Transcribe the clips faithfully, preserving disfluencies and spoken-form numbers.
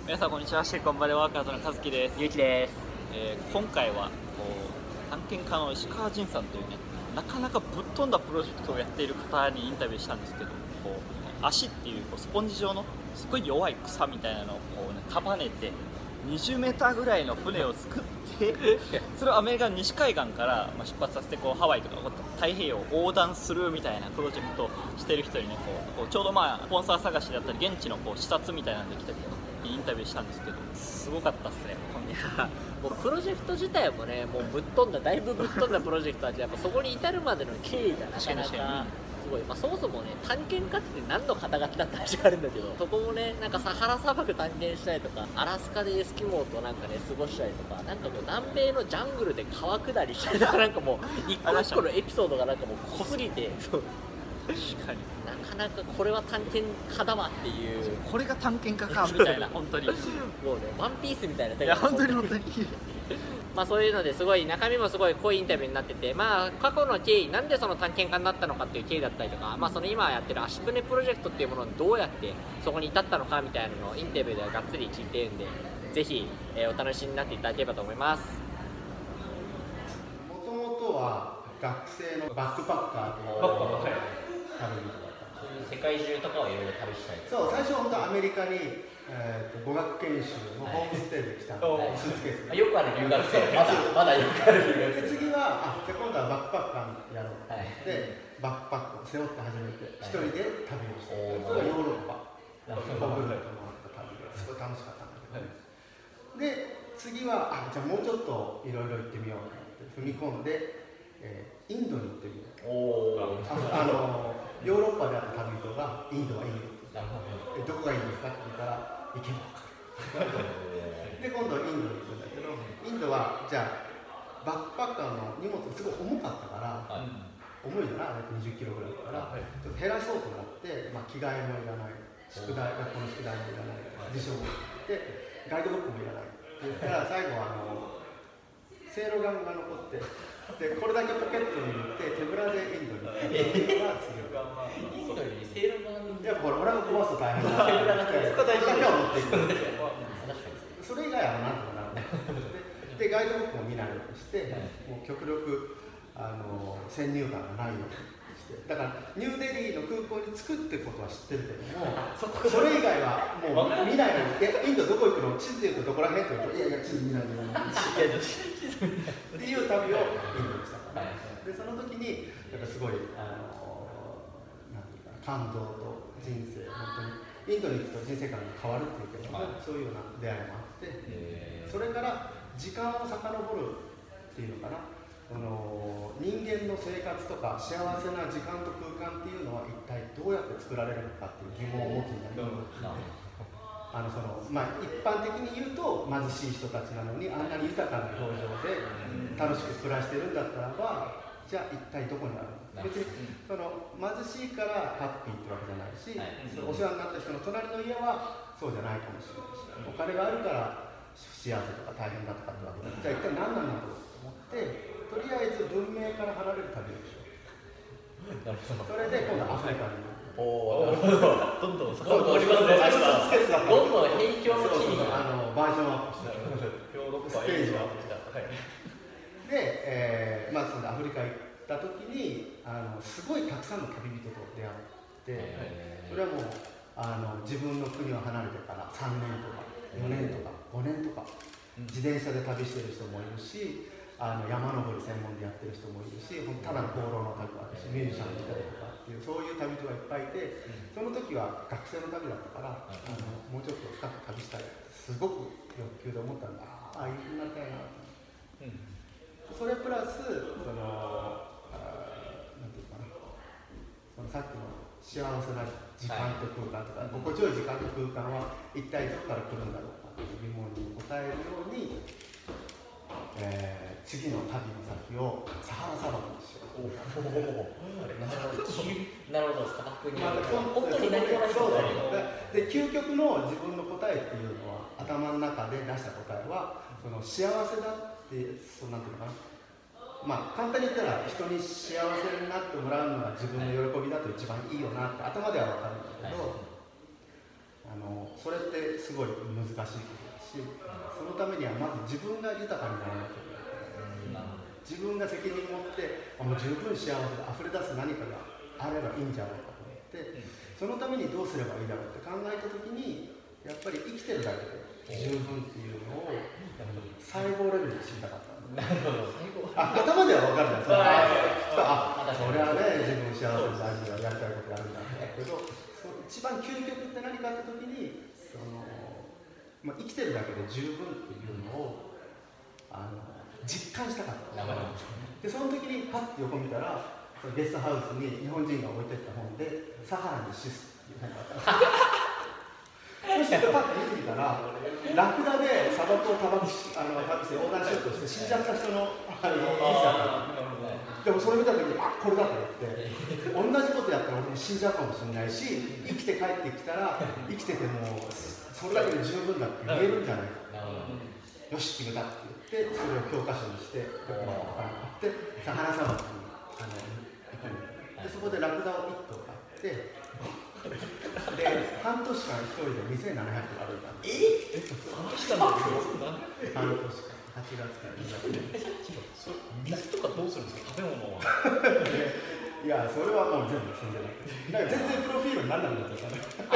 皆さんこんにちは。シリコンバレーワーカーズの和樹です。 ゆうきです。 えー今回はこう探検家の石川仁さんというね、なかなかぶっ飛んだプロジェクトをやっている方にインタビューしたんですけど、こう足っていうこうスポンジ状のすごい弱い草みたいなのをこう、ね、束ねてにじゅうメーターぐらいの船を作ってそれをアメリカの西海岸からまあ出発させてこうハワイとかこう太平洋を横断するみたいなプロジェクトをしている人にね、こうこうちょうどまあスポンサー探しだったり現地のこう視察みたいなんで来たけどインタビューしたんですけど、すごかったっすね。 いやもうプロジェクト自体もね、もうぶっ飛んだ、だいぶぶっ飛んだプロジェクトなんで、やっぱそこに至るまでの経緯がなかなかすごい、まあ、そもそもね、探検家って何の肩書きだった話があるんだけど、そこもね、なんかサハラ砂漠探検したりとか、アラスカでエスキモーとなんかね、過ごしたりとか、なんかこう南米のジャングルで川下りしたりとか、なんかもう、一個一個のエピソードがなんかもう濃すぎて、そう確かになかなかこれは探検家だわっていう、 これが探検家かみたいな本当にもうね、ワンピースみたいな世界。 いや本当に本当にまあそういうのですごい中身もすごい濃いインタビューになってて、まあ過去の経緯、なんでその探検家になったのかっていう経緯だったりとか、まあその今やってる足舟プロジェクトっていうものをどうやってそこに至ったのかみたいなのをインタビューではがっつり聞いてるんで、ぜひ、えーお楽しみになっていただければと思います。 もともとは学生のバックパッカーというバックパッカーはい旅人だったんです。 世界中とかをいろいろ旅したい。 そう、最初は本当アメリカに、えー、と語学研修のホームステイで来たので、スーツケースで。 よくある留学生、まだまだよくある留学で生。 次は、あ、じゃあ今度はバックパッカーやろう、 はいでバックパックを背負って始めて一人で旅をした、 はいそれがヨーロッパなるほどホグルと回った旅ですごい楽しかったんだけど、ねで次は、あ、じゃあもうちょっといろいろ行ってみようと思って踏み込んで、えーインドに行ってみよう。 おお。 あのヨーロッパであった旅人がインドはいいよ、 なるほど。 えどこがいいんですかって聞いたら行けば分かるで今度はインドに行くんだけど、インドはじゃあバックパッカーの荷物がすごい重かったから、 はい、 重いじゃない、にじゅっキロぐらいだから、はい、ちょっと減らそうと思って、まあ、着替えもいらない、宿題、学校の宿題もいらない、辞書もでガイドブックもいらないって言ったら最後はあのせいろがんが残ってでこれだけポケットに入れて手ぶらでインドに行ったっていうのが次のインドにせいろがんやっぱこれ俺が壊すと大変だから手ぶらだけそこだけは持っていくそれ以外はなんとかなるでガイドブックも見ないようにして、もう極力あの先入観がないようにしてだからニューデリーの空港に着くってことは知ってるけどもそれ以外はもう見ないようにえインドどこ行くの地図で言うとどこら辺って言うといやいや地図見ないでっていう旅をインドにしたから、ね、でその時になんかすごいあのなんていうかな感動と人生本当にインドに行くと人生観が変わるっていうけども、はい、そういうような出会いもあってそれから時間を遡るっていうのかなあの人間の生活とか幸せな時間と空間っていうのは一体どうやって作られるのかっていう疑問を持つんだけど、あのそのまあ、一般的に言うと貧しい人たちなのにあんなに豊かな表情で楽しく暮らしてるんだったらばじゃあ一体どこにあるのか別にその貧しいからハッピーってわけじゃないし、お世話になった人の隣の家はそうじゃないかもしれないしお金があるから幸せとか大変だとかってわけだじゃあ一体何なんだろうと思ってとりあえず文明から離れる旅をしようそれで今度アフリカにおお、なるほど。どんどんそこをりますね。どんどん辺境の地にあのバージョンアップしてステージをアップしたで、えー、まあそのアフリカ行った時にあのすごいたくさんの旅人と出会ってそれはもうあの自分の国を離れてからさんねんとかよねんとかごねんとか自転車で旅してる人もいるしあの山登り専門でやってる人もいるしただの放浪の旅もあるしミュージシャンみたいとかっていうそういう旅人がいっぱいいてその時は学生の旅だったからあのもうちょっと深く旅したいってすごく欲求で思ったんだあああいうふうになりたいなと、うん、それプラスそのなんていうかなそのさっきの幸せな時間と空間とか、はい、心地よい時間と空間は一体どこから来るんだろうかという疑問に答えるようにえー、次の旅の先をサハラ砂漠にしよう。 なるほど、砂漠に。 まあ、本当に何がそうだよ。で、究極の自分の答えっていうのは頭の中で出した答えはその幸せだってそうなんていうのかな。まあ簡単に言ったら人に幸せになってもらうのが自分の喜びだと一番いいよなって頭では分かるんだけど、 あのそれってすごい難しいことだし、そのためにはまず自分が豊かにならなきゃいけない、自分が責任を持ってもう十分幸せで溢れ出す何かがあればいいんじゃないかと思って、そのためにどうすればいいだろうって考えた時にやっぱり生きてるだけで十分っていうのを細胞レベルで知りたかった。なるほど。あ、頭では分かるんですよ。あ、それはね、自分幸せで大事だ、やりたいことやるんだけど、一番究極って何かって時にその、まあ、生きてるだけで十分っていうのをあの実感したかった。で、その時にパッと横見たらゲストハウスに日本人が置いてった本で「サハラに死す」っていう本があったそしてパッと見てみたらラクダで砂漠をたばきあの旅して横断しようとして死んじゃった人のあの記事だった。でもそれ見た時にあこれだと思って同じことやったら俺も死んじゃうかもしれないし、生きて帰ってきたら生きててもそれだけで十分だって言えるんじゃないか、よし決めたって言ってそれを教科書にしてでサハラ砂漠にあの行くんで、そこでラクダをいっ頭買ってで半年間一人でにせんななひゃくキロ歩いたんです。え半年間で半年間はちがつからにがつ水とかどうするんですか、食べ物は。 いや、それはもう全部積んでない。なんか全然プロフィールにならなかったですかね。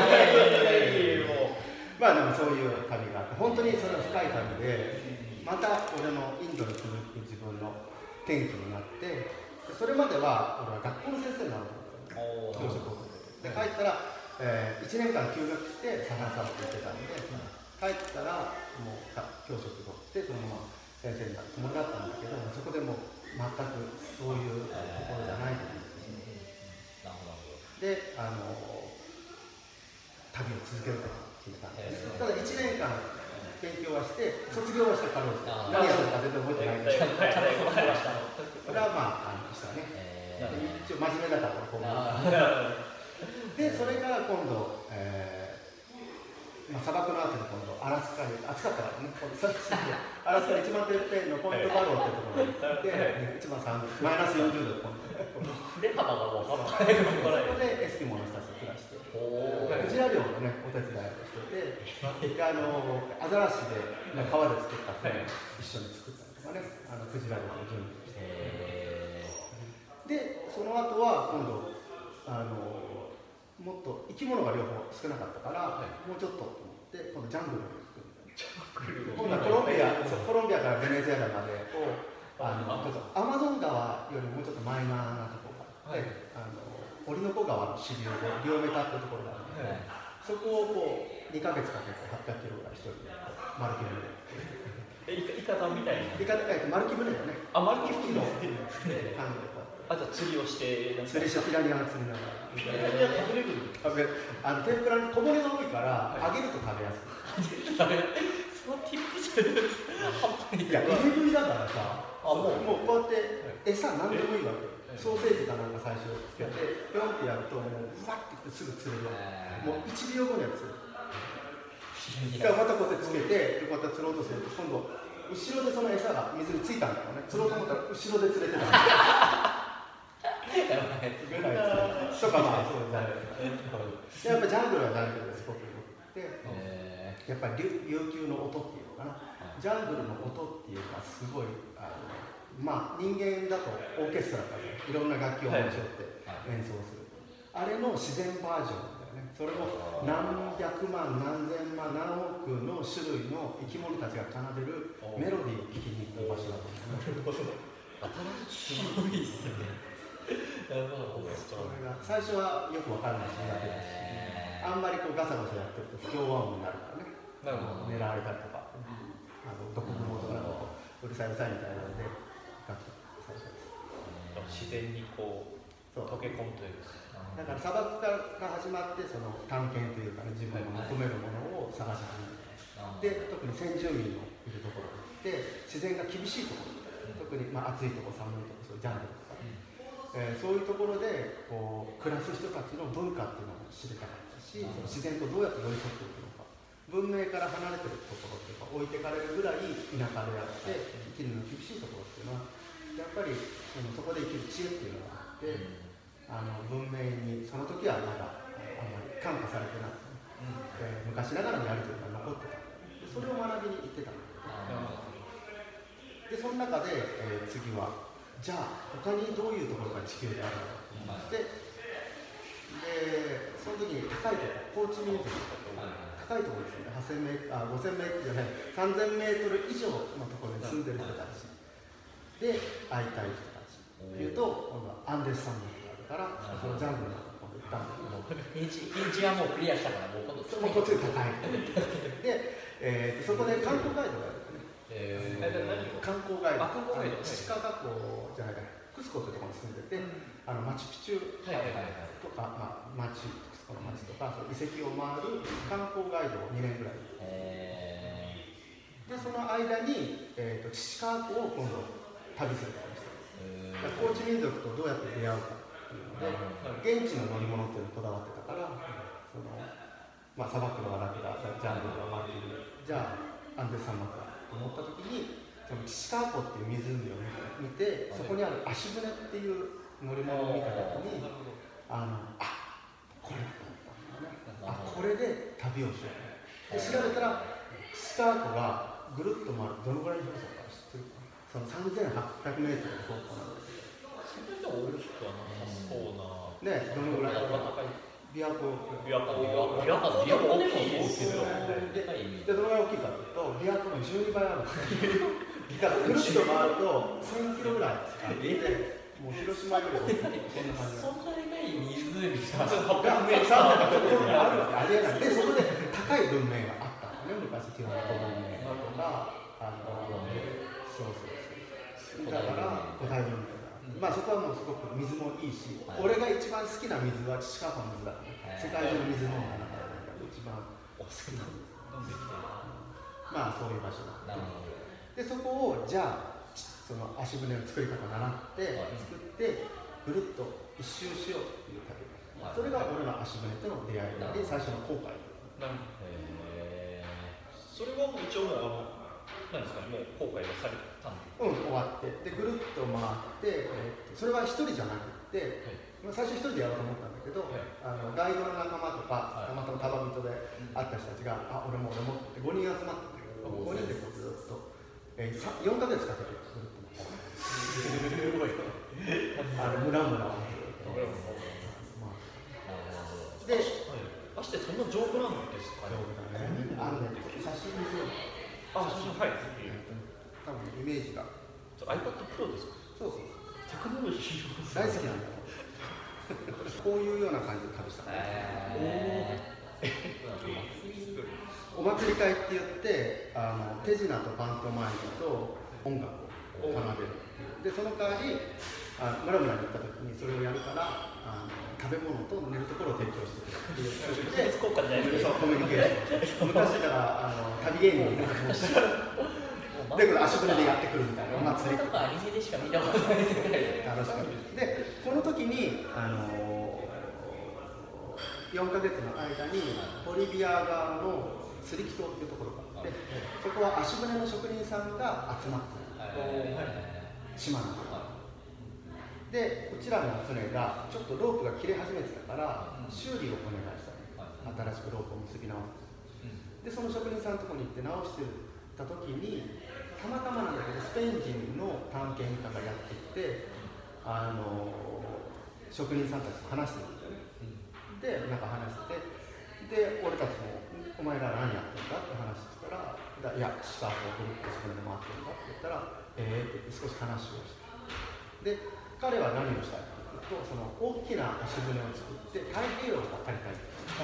まあでもそういう旅があって、本当にそれは深い旅で、また俺のインドに続く自分の転機になって、それまでは俺は学校の先生になろうと思ってたんですよ。教職をで帰ったら、えー、いちねんかん休学してサハラ砂漠行ってたんで、帰ったらもう教職を取ってそのまま先生になるつもりだったんだけど、そこでもう全くそういうところじゃないと思ってで、あの旅を続けると決めたんです。ただいちねんかん勉強はして卒業はしたかろうです。何やるか全然覚えてないんですけど、それはまああのしたね。一応真面目だからこうで、それから今度、えーまあ、砂漠の後に今度アラスカに暑かったからね、アラスカの一番てっぺんのポイントバローってところに行って一番さんマイナスよんじゅうど今度振れ幅がもう分からない。 そこでエスキモの人たちと暮らしてクジラ漁のねお手伝いをしてて、あのアザラシで川で作った船を一緒に作ったりとかね、あのクジラ漁の準備をしてで、その後は今度あのもっと生き物が両方少なかったから、はい、もうちょっとと思って今度ジャングルに行く今度はコロンビアコロンビアからベネズエラまでをあのアマゾン川よりもうちょっとマイナーなところがあって、はい、あのオリノコ川の支流でリオメタってところがあるので、はい、そこをこうにかげつかけてはっぴゃくキロぐらい一人で丸木船でイカダみたいなイカダって丸木船だね。あ、 丸木船のあ、 じゃあ釣りをして釣りしてピラニアが釣りながらピラニア食べれるんですか？ あの天ぷらに小骨が多いから、はい、揚げると食べやすい。 そのティップじゃない。 いや、入れ食いだからさ、あもう、もうこうやって餌何でもいいわけ。ソーセージかなんか最初つけて、ピョンってやるともうふわってきてすぐ釣れる。もういちびょうごには釣れる。だからまたこうやってつけて、こうやって釣ろうとすると今度後ろでその餌が水についたんだろうね。釣ろうと思ったら後ろで釣れてた。ぐらいとかまあそうだね。やっぱジャングルはジャングルですごくよくて、やっぱり琉球の音っていうのかな。ジャングルの音っていうのはすごいあのまあ人間だとオーケストラからいろんな楽器を持ち寄って演奏する。あれの自然バージョン。それも何百万何千万何億の種類の生き物たちが奏でるメロディーを聴きに行く場所だと思う。 すごいっすね。 それが最初はよくわからないし苦手だし、あんまりこうガサガサやってると不協和音になるからね。狙われたりとか、あの毒蜘蛛とかなんかうるさいうるさいみたいなので楽器最初です。 自然にこう溶け込むというか。 だから砂漠から始まってその探検というかね、自分の求めるものを探し始めて、で特に先住民のいるところで自然が厳しいところ、特にまあ暑いところ寒いところ、そういうジャンルとか、えー、そういうところでこう暮らす人たちの文化っていうのを知りたかったし、その自然とどうやって寄り添っていくのか、文明から離れてるところっていうか置いてかれるぐらい田舎であって生きるの厳しいところっていうのはやっぱりそのそこで生きる知恵っていうのがあって、あの文明にその時はまだあんまり感化されてないえー、昔ながらのやり取りが残ってた。でそれを学びに行ってた。でその中で、えー、次はじゃあ他にどういうところが地球であるのかで、でその時に高いところ、高知民族高いところですね、はっせんメートル、あ、ごせんメートルじゃない、さんぜんメートル以上のところに住んでる人たちで会いたい人たちっていうと、今度はアンデス山脈があるから、そのジャングルのところに行ったんだけど、 平地平地はもうクリアしたからもう今度もうこっちで高いで、えー、そこで観光ガイドがある。 えー、観光ガイド、 観光ガイドシカガ湖じゃないか、クスコというところに住んでて、うん、あのマチュピチュとか、まあ、マチクスコの町とか、遺跡を回る観光ガイドをにねんぐらい、えー、でその間に、えーと、シカ湖を今度旅することにした、えー、高知民族とどうやって出会うかっていうので、現地の乗り物っていうのにこだわってたから、そのまあ、砂漠の荒くだジャングルが回っている、じゃあアンデス山脈だと思った時に、そのシカ湖っていう湖を見て、そこにある足舟っていう乗り物を見た時に、あのあこれだと思ったんだね。あこれで旅をしよう。で調べたらシカ湖がぐるっと回るどのぐらいの広さか知ってるか。そのさんぜんはっぴゃくメートルの標高なんだけど。 それで大きくはなさそうな。 ね、どのぐらいか。琵琶湖、 琵琶湖、 琵琶湖でも大きいですけど、 で、でどのぐらい大きいかというと、琵琶湖のじゅうにばいあるんですよ。だからぐるっと回るとせんキロぐらいですから、もう広島より大きい、そんな感じ。 そんなでかい湖がさんぜんはっぴゃくメートルあるわけありえない。で、そこで高い文明があったのね、昔ティワナコ文明とか、あの、そうそうそう。だから古代文明。まあそこはもうすごく水もいいし、はい、俺が一番好きな水はシカゴの水だから、ね、世界中の水飲んだ中で一番お好きな水。まあそういう場所だ。でそこをじゃあその足舟の作り方を習って、はい、作ってぐるっと一周しようっていう旅、はい、それが俺の足舟との出会いで最初の航海。 なるほど。へー。それはもう一応もうあの何ですかね、もう航海がされたんで。 うん、終わってでぐるっと回って、えー、それは一人じゃなくて、はい、最初一人でやろうと思ったんだけど、はい、あのガイドの仲間とか、はい、たまたま旅人で会った人たちが、うん、あ俺も俺もってごにん集まってごにんでこうずっと、えー、よんかげつかけてぐるっと回ってすごいあの村々をで、 足ってそんな丈夫なんですかね。 丈夫だね。あのね、写真見せる。 あ、写真はい。 多分イメージが。 iPad Pro ですか。 そうそう。 テクノロジー大好きなんだよ。こういうような感じで旅した。 えー、お祭り会って言ってあの手品とパントマイムと音楽を奏でるっていう。でその代わりあ村々に行った時にそれをやるからあの食べ物と寝るところを提供してくれるっていう。 効果じゃないですか。 コミュニケーション。昔からあの旅芸人みたいな話。でこれ足舟でやってくるみたいなお祭りとかアニメでしか見たことない世界楽しかったでこの時にあのよんかげつの間にボリビア側のスリキ島っていうところがあってそこは足舟の職人さんが集まってる島なんですでうちらの船がちょっとロープが切れ始めてたから修理をお願いしたの新しくロープを結び直すでその職人さんのところに行って直してた時にたまたまなんだけどスペイン人の探検家がやってきてあの職人さんたちと話してるんだよね、うん、でなんか話しててで俺たちも「お前ら何やってんだ?」って話したら「いやシカゴをぐるっとそこで回ってるんだ」って言ったら「ええー」って言って少し話をしてで彼は何をしたいかというとその大きな足舟を作って太平洋を渡りたい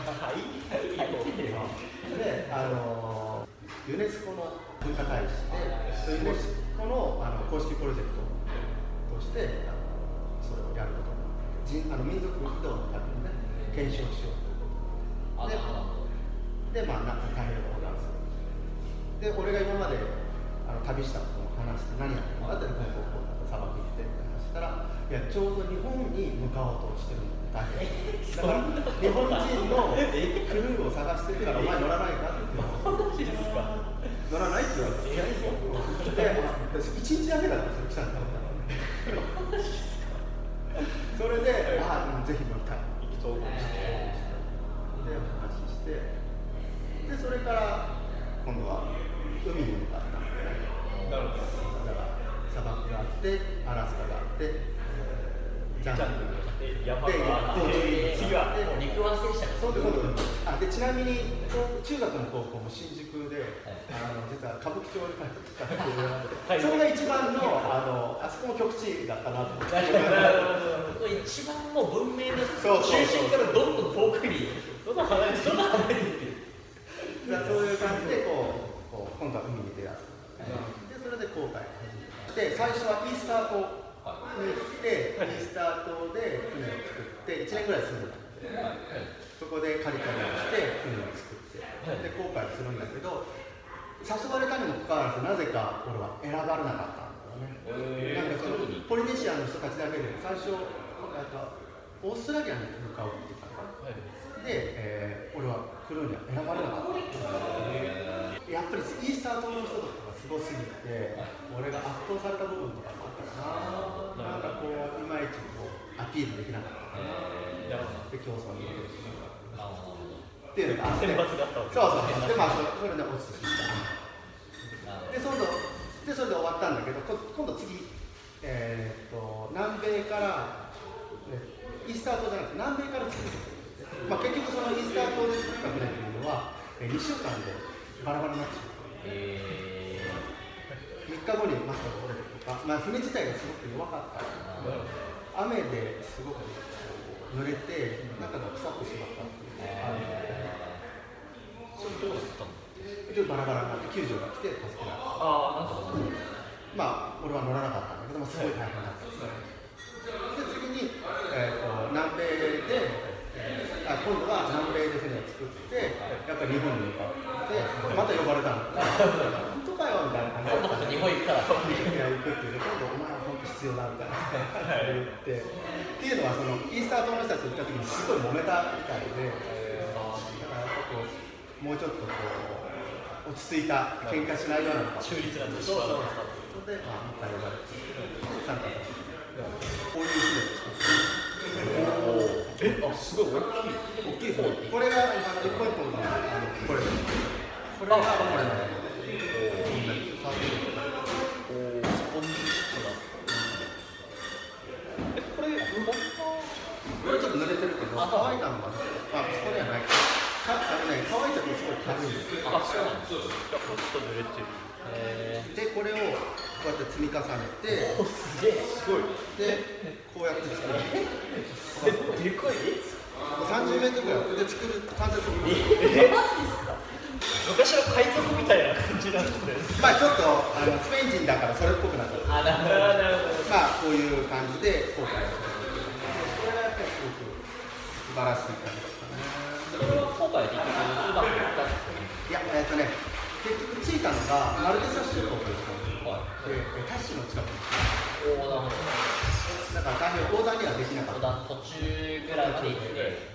であのユネスコの文化大使でユネスコ の, あの公式プロジェクトとしてあのそれをやることになってあの民族移動のためにね検証しようということでで、まあ、なんか太平洋を横断するで俺が今まであの旅したことも話して何やってるのかってこうこうこう砂漠行ってって話したらいやちょうど日本に向かおうとしてるんだだから日本人のクルーを探してるからお前乗らないかって言って乗らないって言われて、で、私一日だけだったんですよ、来たんだそれで、ああ、ぜひ乗りたい。意気投合して、で、話して、 海に向かったんで、ね、だから砂漠があってアラスカがあって、ジャングルがあって山があって、 次は陸湾戦車がそうで今度あでちなみに中学の高校も新宿で、はい、あの実は歌舞伎町に通ってたっていう、はい、それが一番のあのあそこも極地だったなと思って一番もう文明の中心からどんどん遠くにどんどん離れてどんどん離れていってそういう感じでこう、こう今度は海に出だす、はい、でそれで航海を始めて最初はイースター島に行って、イースター島で船を作っていちねんぐらい住んでたんですよ、はい、そこでカリカリをして船を作ってで航海するんだけど誘われたにもかかわらずなぜか俺は選ばれなかったんだよね、えー、なんかそのポリネシアの人たちだけで最初なんかオーストラリアに向かうって言ったのかな、はい、で、えー、俺は来るには選ばれなかった、えー、やっぱりイースター島の人とかがすごすぎて俺が圧倒された部分とかもあったかな、なんかこういまいちこうアピールできなかったかな、えー、で競争に出てしまうっていうのがあって選抜だったわけそうそうでまあそれそれで落ちてしまったでそれででそれで終わったんだけど今度次、えー、っと南米からイースター島じゃなくて南米から作る、まあ、結局そのイースター島で作った船っていうのはにしゅうかんでバラバラになっちゃう、えー、みっかごにマスターが折れるとか、まあ、船自体がすごく弱かった雨ですごく濡れて中が腐ってしまったっていうのがあるのでそれどうだったの？ちょっとバラバラになって救助が来て助けられたああ、なるほどまあ俺は乗らなかったんだけどもすごい大変だったんです、はい、で次に、えー、と南米であ今度は南米で船を作ってやっぱり日本に向かってまた呼ばれたの本当かよみたいな感じで日本行くから日本行くっていうと今度お前は本当必要だみたいな言ってっていうのはそのイースター島の人たちと行った時にすごい揉めたみたいでだからやっぱこうもうちょっとこう落ち着いた喧嘩しないような中立なそうそうそうそれでまあまた呼ばれて参加させてこういう船を作ってえ、あ、すごい大きい大きい船これがあの一個一個のあのこれこれがこれなのおスポンジ質がえ、これこれちょっと濡れてるけど乾いたのがあ、そこではないあのね、乾いたとすごい軽いんですよ。 あ、そうなんですよ。ちょっと濡れてる。 えー、で、これをこうやって積み重ねて、 おすげえ。 すごい。 で、こうやって作る。 でかい。 さんじゅうメートルぐらいで作る完成する。 え、マジですか。昔の海賊みたいな感じなんですね。 まあちょっとあのスペイン人だからそれっぽくなった。 あ、なるほど。 まあこういう感じで後悔をする。これがやっぱりすごく素晴らしい感じですかね。 それは今回結局うまくいったんですかね。 いや、えっとね、結局着いたのがマルテサ諸島というところで、タッシュの近くにおお、なるほど。 だから大変横断にはできなかった。 途中ぐらいまで行って、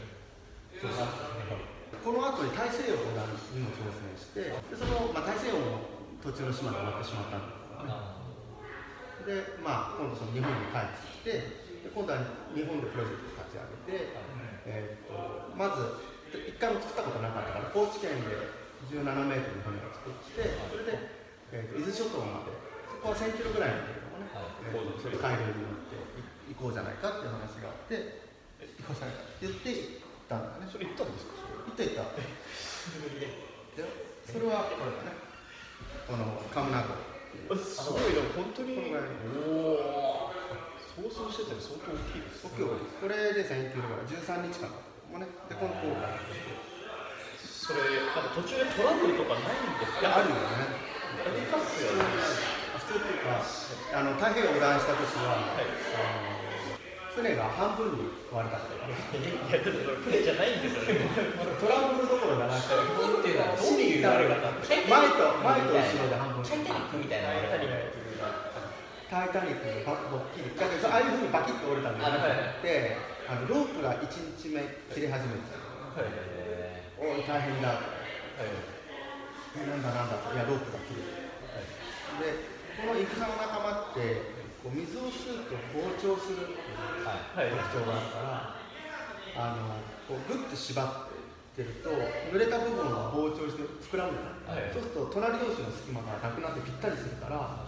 この後に大西洋横断にも挑戦して、でその、まあ、大西洋の途中の島で終わってしまったんですよね。で、まあ、今度その日本に帰ってきて、で今度は日本でプロジェクトを立ち上げて、えー、とまず一回も作ったことなかったから高知県でじゅうななメートルの船を作ってそれで、えー、と伊豆諸島までそこはせんキロぐらいなんだけどもね、はいえー、それ海流に乗って行こうじゃないかっていう話があって行こうじゃないかって言って行ったんだね。 それ行ったんですか？ 行った行ったでそれはこれだねこのカムナ号すごいでも本当にこのぐらいおお想像してたより相当大きいです、ね、 大きいこれでせんキロぐらいじゅうさんにちかんもねでこの航海それなんか途中でトラブルとかないんですか？ あるよねありますよね普通っていうかあの太平洋横断した時は、はい、あの船が半分に割れたからいやでも船じゃないんですよねトラブルどころじゃなくて半分っていうのはどういう割れ方？ 前と前と後ろで半分タイタニックみたいな割れ方タイタニックのドッキリだけどああいうふうにバキッと折れたんじゃなくてあのロープがいちにちめ切れ始めてた、はい、おい大変だ、はい、えなんだなんだいやロープが切れて、はい、でこのイクサの仲間ってこう水を吸うと膨張するっていう特徴があるから、あのこうグッと縛っててると濡れた部分が膨張して膨らむじゃない、はい、そうすると隣同士の隙間がなくなってぴったりするから、はい、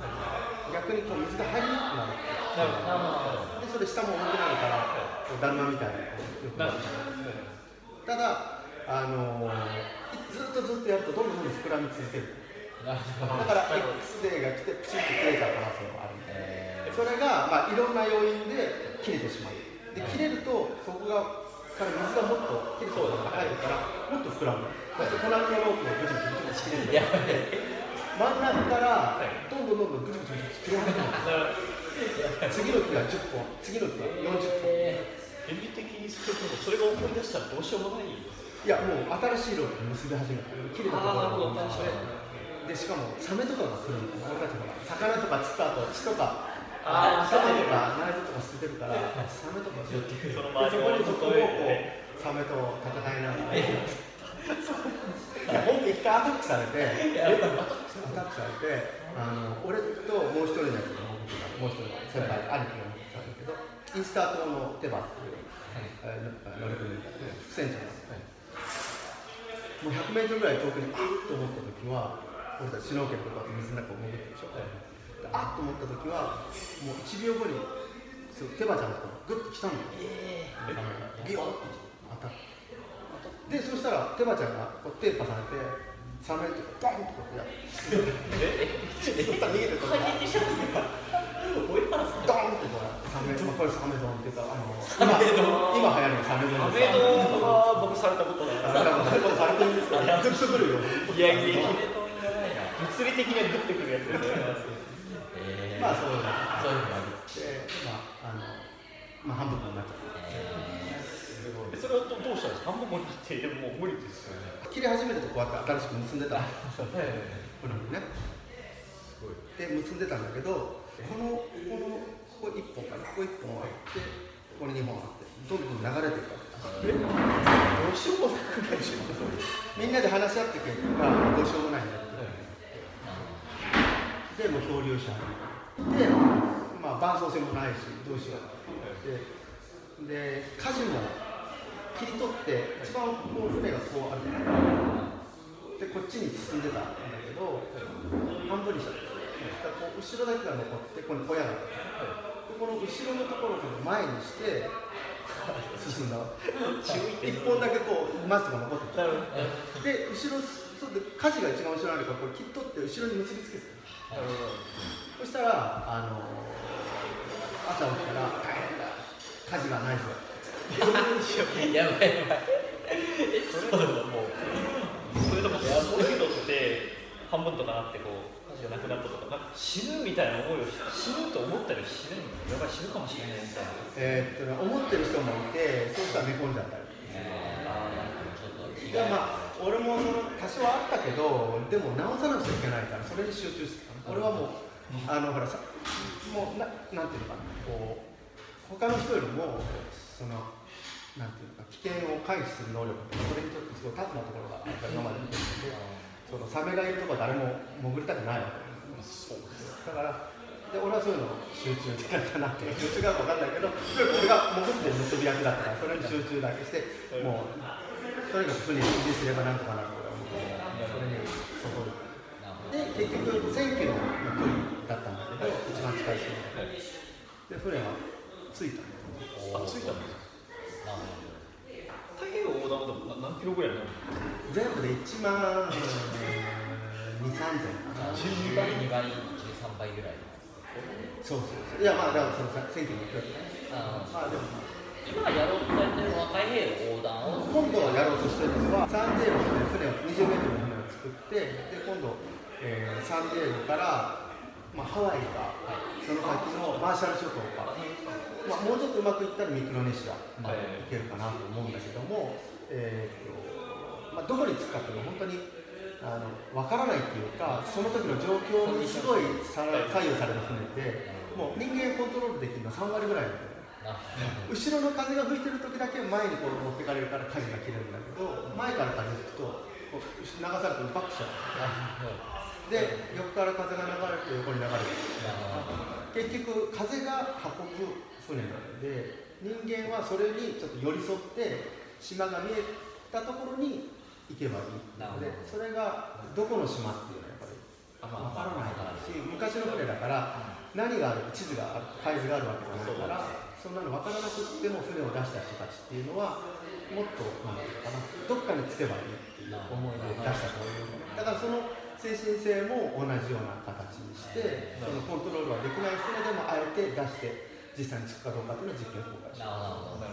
逆にこう水が入りにくくなるっていう、でそれ下も重くなるからこうだるまみたいによくなる。ただあのー、ずっとずっとやるとどんどんどんどん膨らみ続ける。だから X デーが来てプチッと切れた可能性もあるんで、それが、まあ、いろんな要因で切れてしまう。で切れるとそこがから水がもっと切れたものが入るからもっと膨らむ。そして隣のロープがぐちぐちぐちぐち切れる。真ん中からどんどんどんどんぐちぐちぐち切れ始める。次の木がじゅっぽん、次の木がよんじゅっぽん。 演技的にするとそれが起こり出したらどうしようもない。いやもう新しいロープに結び始めた。切れたところがでしかもサメとかが来るんだよ。俺たちほら魚とか釣った後血とかああサメとか内臓とか捨ててるからサメとか寄ってくる。そこにそこをこうサメと戦いながらいや本当一回アタックされてアタックされてあの俺ともう一人のやつがもう一人の先輩兄貴が持ってたんだけどイースター島の手羽っていう乗組員で副船長なんですね。もうひゃくメートルぐらい遠くにあっと思った時は俺たちシュノーケルとか水の中を潜ってるでしょ、はい、あっと思った時はもういちびょうごに手羽ちゃんのところグッと来たんだよ、えー、ビヨーって当たってでそしたら手羽ちゃんがこう手パされてサメってバンとこうやってえそしたら逃げてるとかドーンってこうサメこれサメドンっていうかあの今今流行るのサメドンサメドンは僕されたことないされてるんですけどグッとくるよいやいや物理的にはグッてくるやつですね。まあそういうのそういうのがあってまああのまあ半分になっちゃう。 えー、それはどうしたんですか？半分になってでももう無理ですよね。 切り始めるとこうやって新しく結んでた。このね。で結んでたんだけどこのこのここ一本からここ一本あってここに二本あってどんどん流れていく。えどうしようもないでしょ。みんなで話し合って結果どうしようもないんだけど。でもう漂流者で、まあ、伴走船もないしどうしようでで舵も切り取って一番こう船がこうあるでこっちに進んでたんだけど半分にしちゃってこう後ろだけが残ってここに小屋があってこの後ろのところを前にして進んだ一本だけこうマストが残ってたで後ろそうで舵が一番後ろにあるからこれ切っ取って後ろに結びつけてそしたら、あのー、朝起きたら大変だ火事がないぞやばいやばいそれともうそれともそういうのって半分とかなってこう火事がなくなったとかなんか死ぬみたいな思いを死ぬと思ったりしないのやばい死ぬかもしれないみたいなえー、っと思ってる人もいてそうしたら寝込んじゃったりいやまあ俺もその多少あったけどでも直さなくちゃいけないからそれに集中してた俺はもうあのほらさもうななんていうのかなこう他の人よりもそのなんていうのか危険を回避する能力それにちょっとすごいタフなところがあった今まで見てるのでそのサメがいるとこ誰も潜りたくないわけそうだからで俺はそういうの集中できないかなって集中が分かんないけど俺が潜って結び役だったからそれに集中だけしてもうとにかく船に維持すればなんとかなると思ってそれにそこで結局せんキロの距離だったんだけど一番近い島で船は着いたあ着いたんです太平洋横断は何キロぐらいなの全部でいちまんにさんぜんかなじゅうにばい、にばい、じゅうさんばいぐらいそうそうそういやまあだからそのせんキロの距離ねあまあでも今やろうとされてるのは太平洋横断を今度やろうとしてるのはサンディエゴで船をにじゅうメートルの船を作ってで今度、えー、サンディエゴから、まあ、ハワイか、はい、その先のマーシャル諸島か、まあ、もうちょっとうまくいったらミクロネシアまで行けるかなと思うんだけども、えーとまあ、どこに着くかっていうのは本当にあの分からないっていうかその時の状況にすごい左右される船でもう人間コントロールできるのはさんわりぐらいなんだよ後ろの風が吹いてる時だけ前にこう持ってかれるから舵が切れるんだけど前から風吹くとこう流されてバックしちゃうで横から風が流れて横に流れて結局風が運ぶ船なので人間はそれにちょっと寄り添って島が見えたたところに行けばいいので、それがどこの島っていうのはやっぱり分からないし、昔の船だから何がある、地図がある、海図があるわけじゃないから、そんなの分からなくっても船を出した人たちっていうのはもっとなんていうかな、どっかに着けばいいっていう思いで出したというのだからその精神性も同じような形にして、そのコントロールはできない人でもあえて出して実際につくかどうかというのを実験公開します。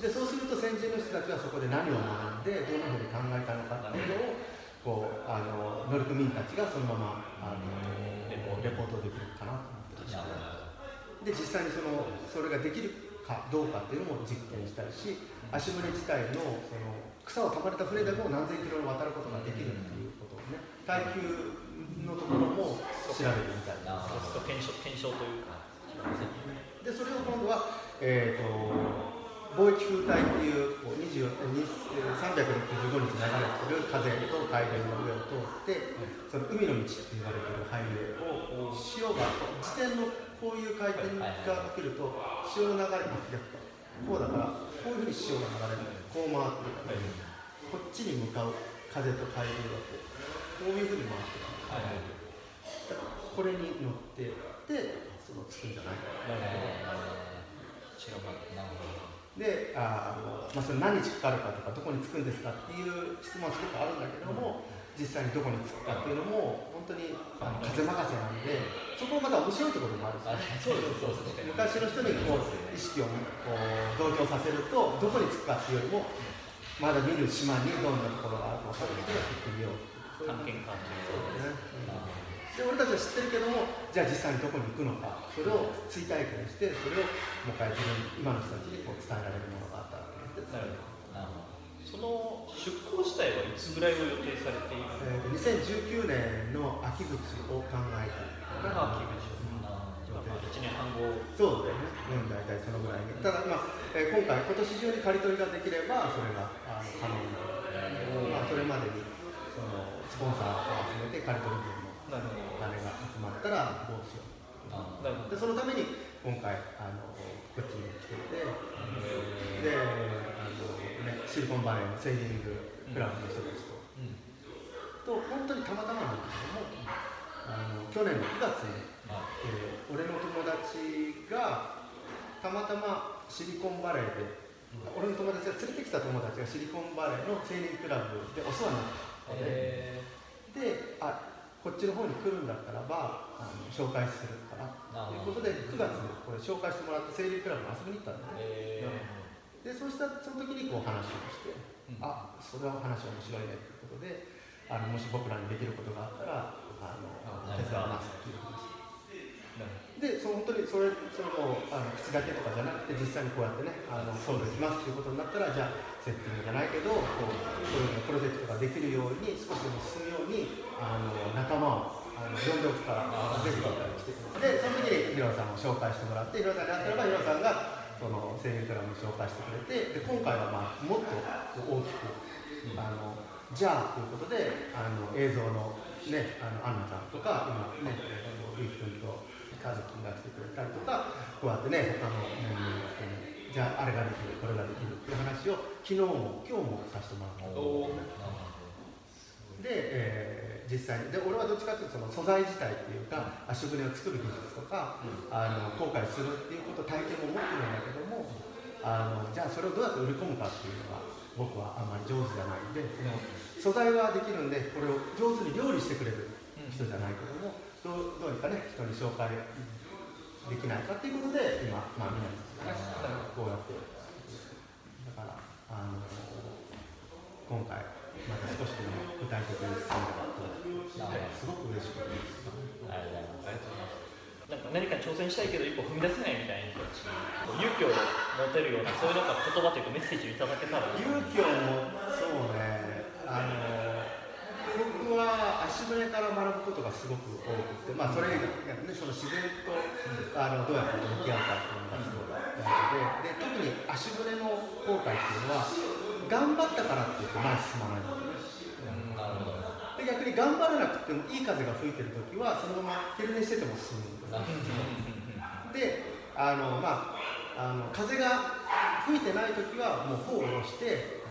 でそうすると先人の人たちはそこで何を学んでどんなふうに考えたのかっていうのをこうあの乗組員たちがそのままあのレポートできるかなと思ってました。で実際にそのそれができるかどうかっていうのも実験したりし、足船自体のその草をたまれた船でも何千キロに渡ることができるっていうことをね、耐久のところも調べてみたいな。 検証検証というか。 でそれを今度は、えー、と貿易風帯っていうさんびゃくろくじゅうごにち流れている風と海流の上を通って、その海の道って言われているハイウェイを潮が自転のこういう回転が起きると潮の流れが逆かこうだからこういうふうに潮が流れる、こう回ってる、こっちに向かう風と海流がこうこういうふうに回ってる、これに乗ってってそのつくんじゃないかな。 違うな。 で、あのまあ、それ何日かかるかとかどこに着くんですかっていう質問はすごくあるんだけども、実際にどこに着くかっていうのも本当にあの風任せなんで、そこもまた面白いところもあるし、ね、そうそうそう昔の人にこう意識をこう同居させるとどこに着くかっていうよりもまだ見る島にどんなところがあるかを探して行ってみよう。 探検家そうですね。で俺たちは知ってるけども、じゃあ実際にどこに行くのか、それを追体験して、それをもう一回自分今の人たちにこう伝えられるものがあったらと思って伝える。 その出港自体はいつぐらいを予定されているの？ えー、にせんじゅうきゅうねんの秋口を考えた秋口、いちねんはんご。 そうだよね、うん、大体そのぐらいに。ただ、まあえー、今回、今年中に刈り取りができればそれがあの可能になる、まあ、それまでにそのスポンサーを集めて刈り取り分のお金が集まったらどうしよう。でそのために今回あのこっちに来ていて、であの、ね、シリコンバレーのセーリングクラブの人たちと、うん、と本当にたまたまなんですけども、あの去年のくがつに、えー、俺の友達がたまたまシリコンバレーで、うん、俺の友達が連れてきた友達がシリコンバレーのセーリングクラブでお世話になったので、であこっちの方に来るんだったらばあの紹介するからということでくがつにこれ紹介してもらってセーリングクラブに遊びに行ったんだね。でそうしたその時にこう話をして、うん、あそれは話面白いねということで、あのもし僕らにできることがあったらあの手伝いますっていう話で、その本当にそれそのあの口だけとかじゃなくて実際にこうやってねあの今度行きますっていうことになったら、じゃあセッティングじゃないけどこうそういうのプロジェクトができるように少しでも進むようにあの仲間をあの呼んでおくからぜひ来てくれて、でその時にヒロさんを紹介してもらって、ヒロさんに会ったらばヒロさんがそのセーリングクラブに紹介してくれて、で今回はまあもっと大きく、うん、あのじゃあということであの映像のねあのアンナちゃんとか今ねゆうきくんと家族が来てくれたりとか、こうやってね他のメンバーにじゃああれができるこれができるっていう話を昨日も今日もさせてもらったんですね。で、えー、実際にで俺はどっちかというとその素材自体っていうか足船を作る技術とか、うん、あの航海するっていうこと体験も持ってるんだけども、あのじゃあそれをどうやって売り込むかっていうのは僕はあんまり上手じゃないんで、その素材はできるんでこれを上手に料理してくれる人じゃないけども、どう、どうにかね人に紹介できないかっていうことで今、まあ、みんなにこうやってだからあの今回また少しでも具体的に進んだとすごく嬉しく思います。 ありがとうございます。なんか何か挑戦したいけど一歩踏み出せないみたいな人たちに勇気を持てるようなそういうのが言葉というかメッセージをいただけたら。 勇気をもそうね、あの僕は足船から学ぶことがすごく多くて、まあそれ以外ねその自然とあのどうやって向き合うかっていうのがすごい大事で、で特に足船の航海っていうのは頑張ったからって言って前に進まないので、で逆に頑張らなくてもいい風が吹いてるときはそのまま昼寝してても進むんですで、あのまああの風が吹いてないときはもう帆を下ろして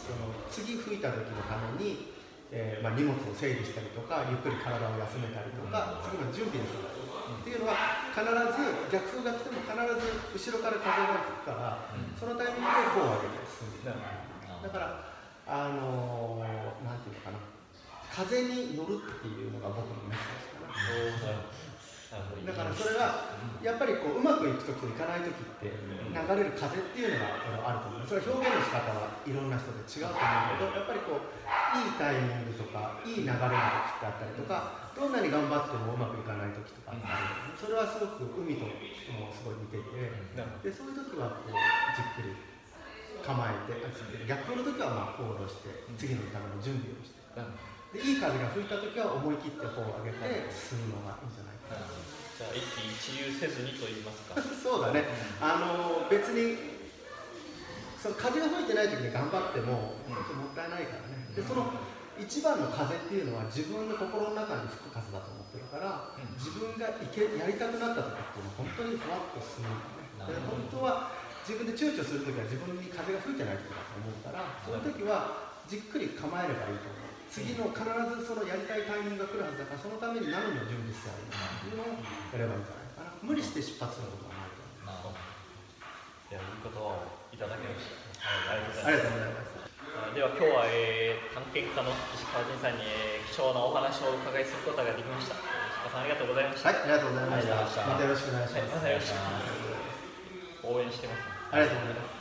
その次吹いた時のために、えーまあ、荷物を整理したりとかゆっくり体を休めたりとか、次の準備にするっていうのは必ず逆風が来ても必ず後ろから風が吹くから、そのタイミングでこう上げて進んでいく。だからあのー、なんていうのかな、風に乗るっていうのが僕のメッセージかな。だからそれがやっぱりこううまくいくときといかないときって流れる風っていうのがあると思う。それは表現の仕方はいろんな人で違うと思うけど、やっぱりこういいタイミングとかいい流れのときってあったりとか、どんなに頑張ってもうまくいかないときとかある。それはすごく海ともすごい似ていて、でそういうときはこうじっくり構えて、逆風のときはまあ行動して次のための準備をして、でいい風が吹いたときは思い切って帆を上げて進むのがいいんじゃないかな。 じゃあ一喜一憂せずにと言いますか。 そうだね、あの別にその風が吹いてない時に頑張っても、うん、もったいないからね。でその一番の風っていうのは自分の心の中に吹く風だと思ってるから、うん、自分がいけやりたくなった時っていうのは本当にふわっと進むんだね。で本当は自分で躊躇する時は自分に風が吹いてない時だと思うから、その時はじっくり構えればいいと思う。次の必ずそのやりたいタイミングが来るはずだから、そのために何の準備してあるのかっていうのをやればいいんじゃないかな。無理して出発することはないと思う。 いや、いい言葉をいただきました。 ありがとうございます。 では今日は、えー、探検家の石川仁さんに、えー、貴重なお話をお伺いすることができました。石川さん、ありがとうございました。 はい、ありがとうございました。またよろしくお願いします。 はい、またよろしくお願いします。応援してます、ね。 ありがとうございます。